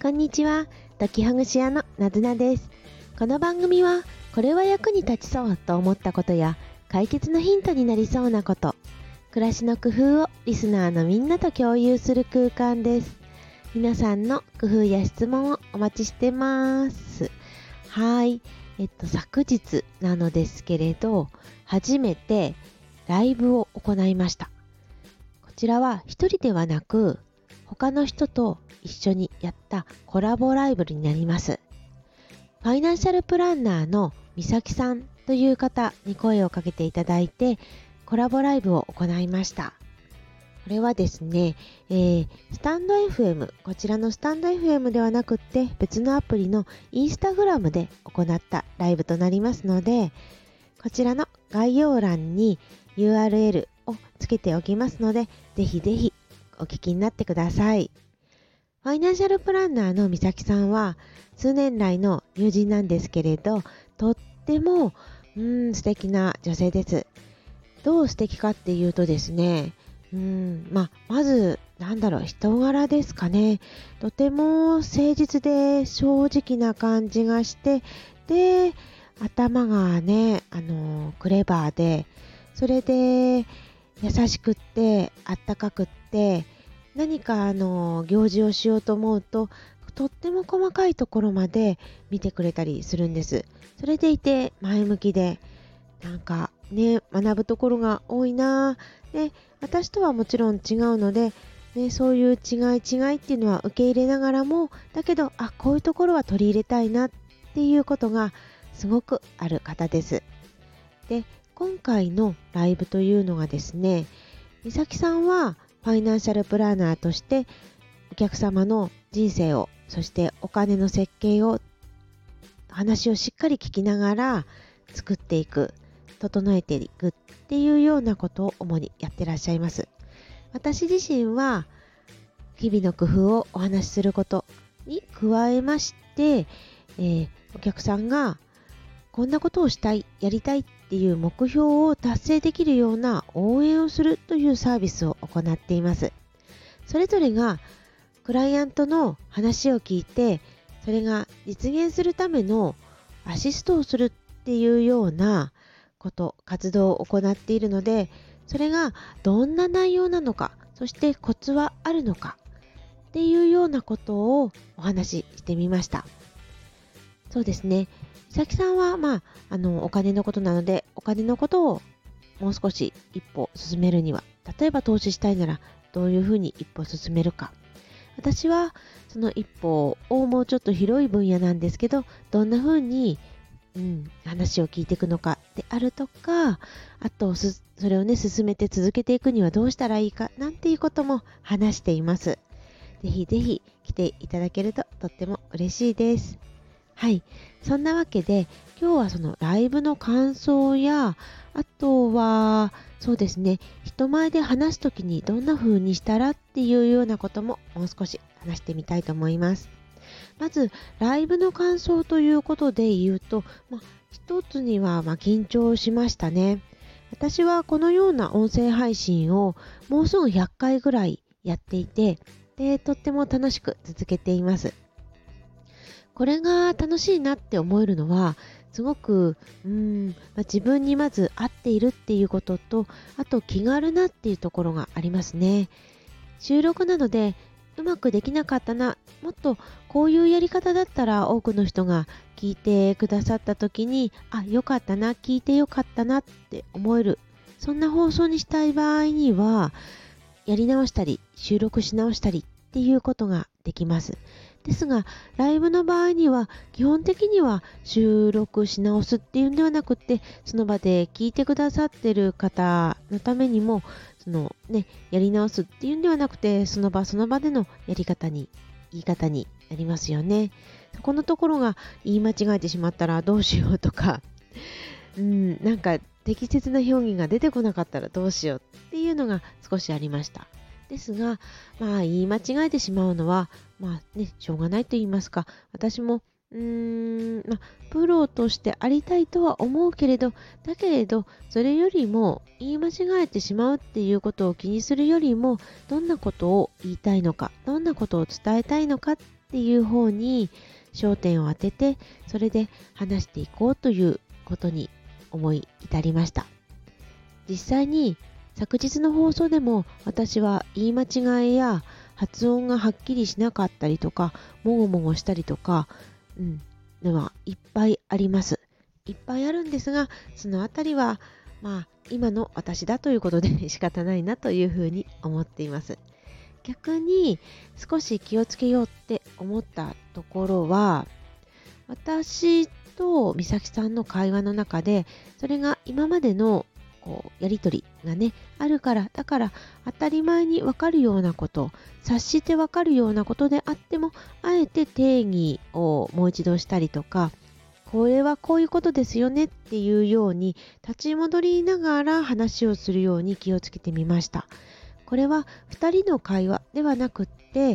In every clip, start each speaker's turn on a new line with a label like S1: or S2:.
S1: こんにちは、解きほぐし屋のなずなです。この番組は、これは役に立ちそうと思ったことや、解決のヒントになりそうなこと、暮らしの工夫をリスナーのみんなと共有する空間です。皆さんの工夫や質問をお待ちしてます。はい、昨日なのですけれど、初めてライブを行いました。こちらは一人ではなく、他の人と一緒にやったコラボライブになります。ファイナンシャルプランナーのみさきさんという方に声をかけていただいて、コラボライブを行いました。これはですね、スタンド FM、こちらのスタンド FM ではなくって別のアプリのインスタグラムで行ったライブとなりますので、こちらの概要欄に URL をつけておきますので、ぜひぜひお聞きになってください。ファイナンシャルプランナーのみさきさんは数年来の友人なんですけれど、とっても素敵な女性です。どう素敵かっていうとですね、まず人柄ですかね。とても誠実で正直な感じがして、で頭がねクレバーで、それで優しくってあったかくって、何か行事をしようと思うととっても細かいところまで見てくれたりするんです。それでいて前向きで、学ぶところが多いな。で、私とはもちろん違うので、そういう違いっていうのは受け入れながらも、だけどこういうところは取り入れたいなっていうことがすごくある方です。で、今回のライブというのがですね、みさきさんはファイナンシャルプランナーとしてお客様の人生を、そしてお金の設計を、話をしっかり聞きながら作っていく、整えていくっていうようなことを主にやってらっしゃいます。私自身は日々の工夫をお話しすることに加えまして、お客さんがこんなことをしたい、やりたいっていう目標を達成できるような応援をするというサービスを行っています。それぞれがクライアントの話を聞いて、それが実現するためのアシストをするっていうような活動を行っているので、それがどんな内容なのか、そしてコツはあるのかっていうようなことをお話ししてみました。そうですね。みさきさんはお金のことなので、お金のことをもう少し一歩進めるには、例えば投資したいならどういうふうに一歩進めるか。私はその一歩をもうちょっと広い分野なんですけど、どんなふうに話を聞いていくのかであるとか、あとそれを進めて続けていくにはどうしたらいいかなんていうことも話しています。ぜひぜひ来ていただけるととっても嬉しいです。はい、そんなわけで今日はそのライブの感想や、あとはそうですね、人前で話すときにどんな風にしたらっていうようなことももう少し話してみたいと思います。まずライブの感想ということで言うと、一つには緊張しましたね。私はこのような音声配信をもうすぐ100回ぐらいやっていて、でとっても楽しく続けています。これが楽しいなって思えるのはすごく自分にまず合っているっていうことと、あと気軽なっていうところがありますね。収録なのでうまくできなかったな、もっとこういうやり方だったら多くの人が聞いてくださった時によかったな、聞いてよかったなって思える、そんな放送にしたい場合にはやり直したり収録し直したりっていうことができます。ですがライブの場合には基本的には収録し直すっていうんではなくって、その場で聞いてくださってる方のためにもやり直すっていうんではなくて、その場その場での言い方になりますよね。そこのところが言い間違えてしまったらどうしようとか適切な表現が出てこなかったらどうしようっていうのが少しありました。ですが言い間違えてしまうのはしょうがないと言いますか、私もプロとしてありたいとは思うけれど、だけれどそれよりも言い間違えてしまうっていうことを気にするよりも、どんなことを言いたいのか、どんなことを伝えたいのかっっていう方に焦点を当てて、それで話していこうということに思い至りました。実際に昨日の放送でも私は言い間違いや発音がはっきりしなかったりとか、もごもごしたりとか、のはいっぱいあります。いっぱいあるんですが、そのあたりは今の私だということで仕方ないなというふうに思っています。逆に少し気をつけようって思ったところは、私と美咲さんの会話の中で、それが今までのやりとりがねあるから、だから当たり前に分かるようなこと、察して分かるようなことであっても、あえて定義をもう一度したりとか、これはこういうことですよねっていうように立ち戻りながら話をするように気をつけてみました。これは2人の会話ではなくって、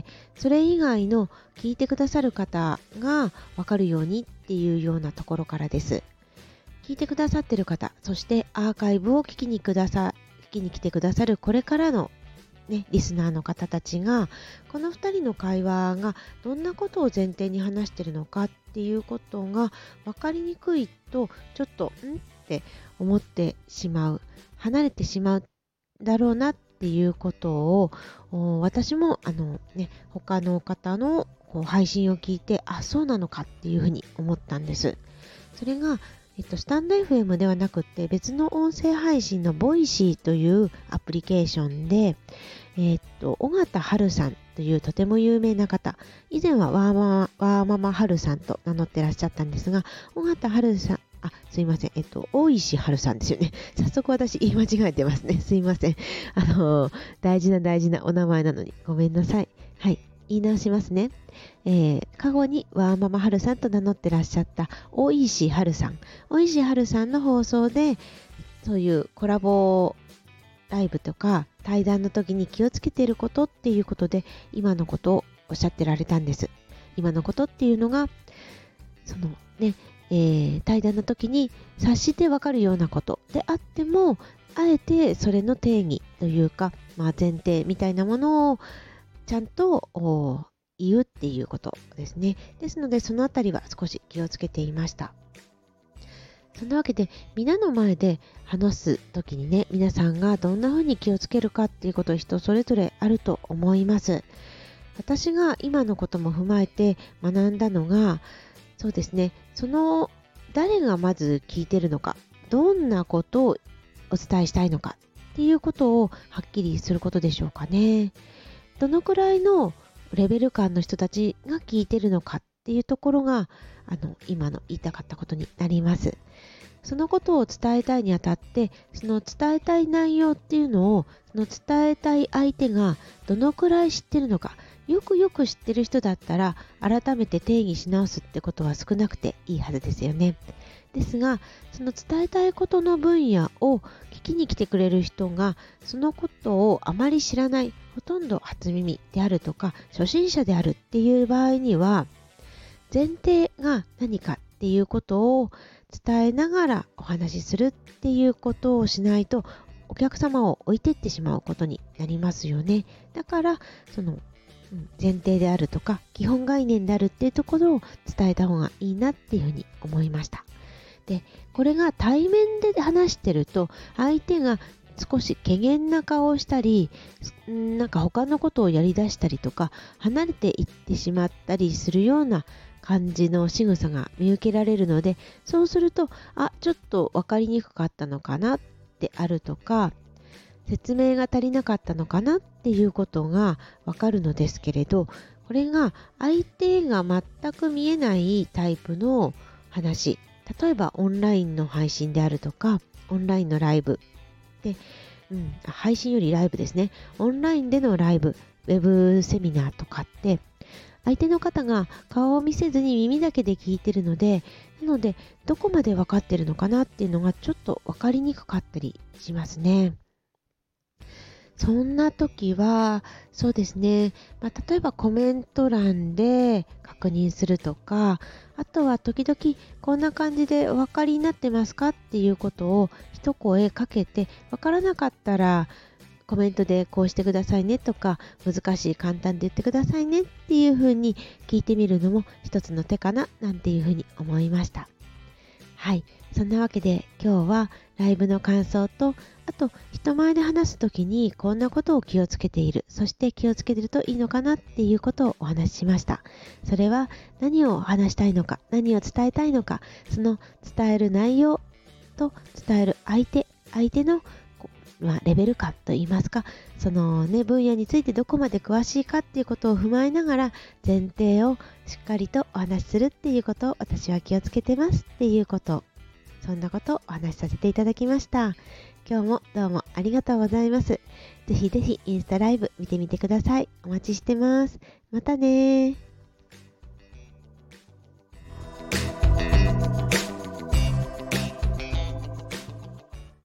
S1: それ以外の聞いてくださる方が分かるようにっていうようなところからです。聞いてくださっている方、そしてアーカイブを聞きに来てくださるこれからのリスナーの方たちが、この2人の会話がどんなことを前提に話しているのかっていうことが分かりにくいと、ちょっとって思ってしまう、離れてしまうだろうなっていうことを、私も他の方の配信を聞いて、そうなのかっていうふうに思ったんです。それがスタンド FM ではなくって別の音声配信のボイシーというアプリケーションで、尾形春さんというとても有名な方、以前はワーママ春さんと名乗ってらっしゃったんですが、尾形春さん、すいません、大石春さんですよね。早速私言い間違えてますね。すいません。大事なお名前なのにごめんなさい。はい。言い直しますね。過去にワーママ春さんと名乗ってらっしゃった大石春さんの放送で、そういうコラボライブとか対談の時に気をつけていることっていうことで、今のことをおっしゃってられたんです。今のことっていうのが、その対談の時に察してわかるようなことであっても、あえてそれの定義というか、前提みたいなものをちゃんと言うっていうことですね。ですので、そのあたりは少し気をつけていました。そんなわけで、皆の前で話すときにね、皆さんがどんな風に気をつけるかっていうこと、人それぞれあると思います。私が今のことも踏まえて学んだのが、そうですね、誰がまず聞いてるのか、どんなことをお伝えしたいのかっていうことをはっきりすることでしょうかね。どのくらいのレベル感の人たちが聞いてるのかっていうところが、今の言いたかったことになります。そのことを伝えたいにあたって、その伝えたい内容っていうのを、その伝えたい相手がどのくらい知ってるのか、よく知ってる人だったら改めて定義し直すってことは少なくていいはずですよね。ですが、その伝えたいことの分野を聞きに来てくれる人が、そのことをあまり知らない、ほとんど初耳であるとか初心者であるっていう場合には、前提が何かっていうことを伝えながらお話しするっていうことをしないと、お客様を置いてってしまうことになりますよね。だから前提であるとか基本概念であるっていうところを伝えた方がいいなっていうふうに思いました。で、これが対面で話してると、相手が少し怪げな顔をしたり、なんか他のことをやりだしたりとか、離れていってしまったりするような感じの仕草が見受けられるので、そうすると、ちょっと分かりにくかったのかなってあるとか、説明が足りなかったのかなっていうことが分かるのですけれど、これが相手が全く見えないタイプの話、例えばオンラインの配信であるとか、オンラインのライブで、配信よりライブですね。オンラインでのライブ、ウェブセミナーとかって、相手の方が顔を見せずに耳だけで聞いてるので、どこまで分かってるのかなっていうのがちょっと分かりにくかったりしますね。そんな時は、そうですね、例えばコメント欄で確認するとか、あとは時々こんな感じでお分かりになってますかっていうことを一声かけて、分からなかったらコメントでこうしてくださいねとか、難しい簡単で言ってくださいねっていう風に聞いてみるのも一つの手かななんていう風に思いました。はい、そんなわけで今日はライブの感想と、あと人前で話すときにこんなことを気をつけている、そして気をつけているといいのかなっていうことをお話ししました。それは何を話したいのか、何を伝えたいのか、その伝える内容と伝える相手のレベル感といいますか、そのね、分野についてどこまで詳しいかっていうことを踏まえながら、前提をしっかりとお話しするっていうことを私は気をつけてますっていうこと、そんなことをお話しさせていただきました。今日もどうもありがとうございます。ぜひぜひインスタライブ見てみてください。お待ちしてます。またねー。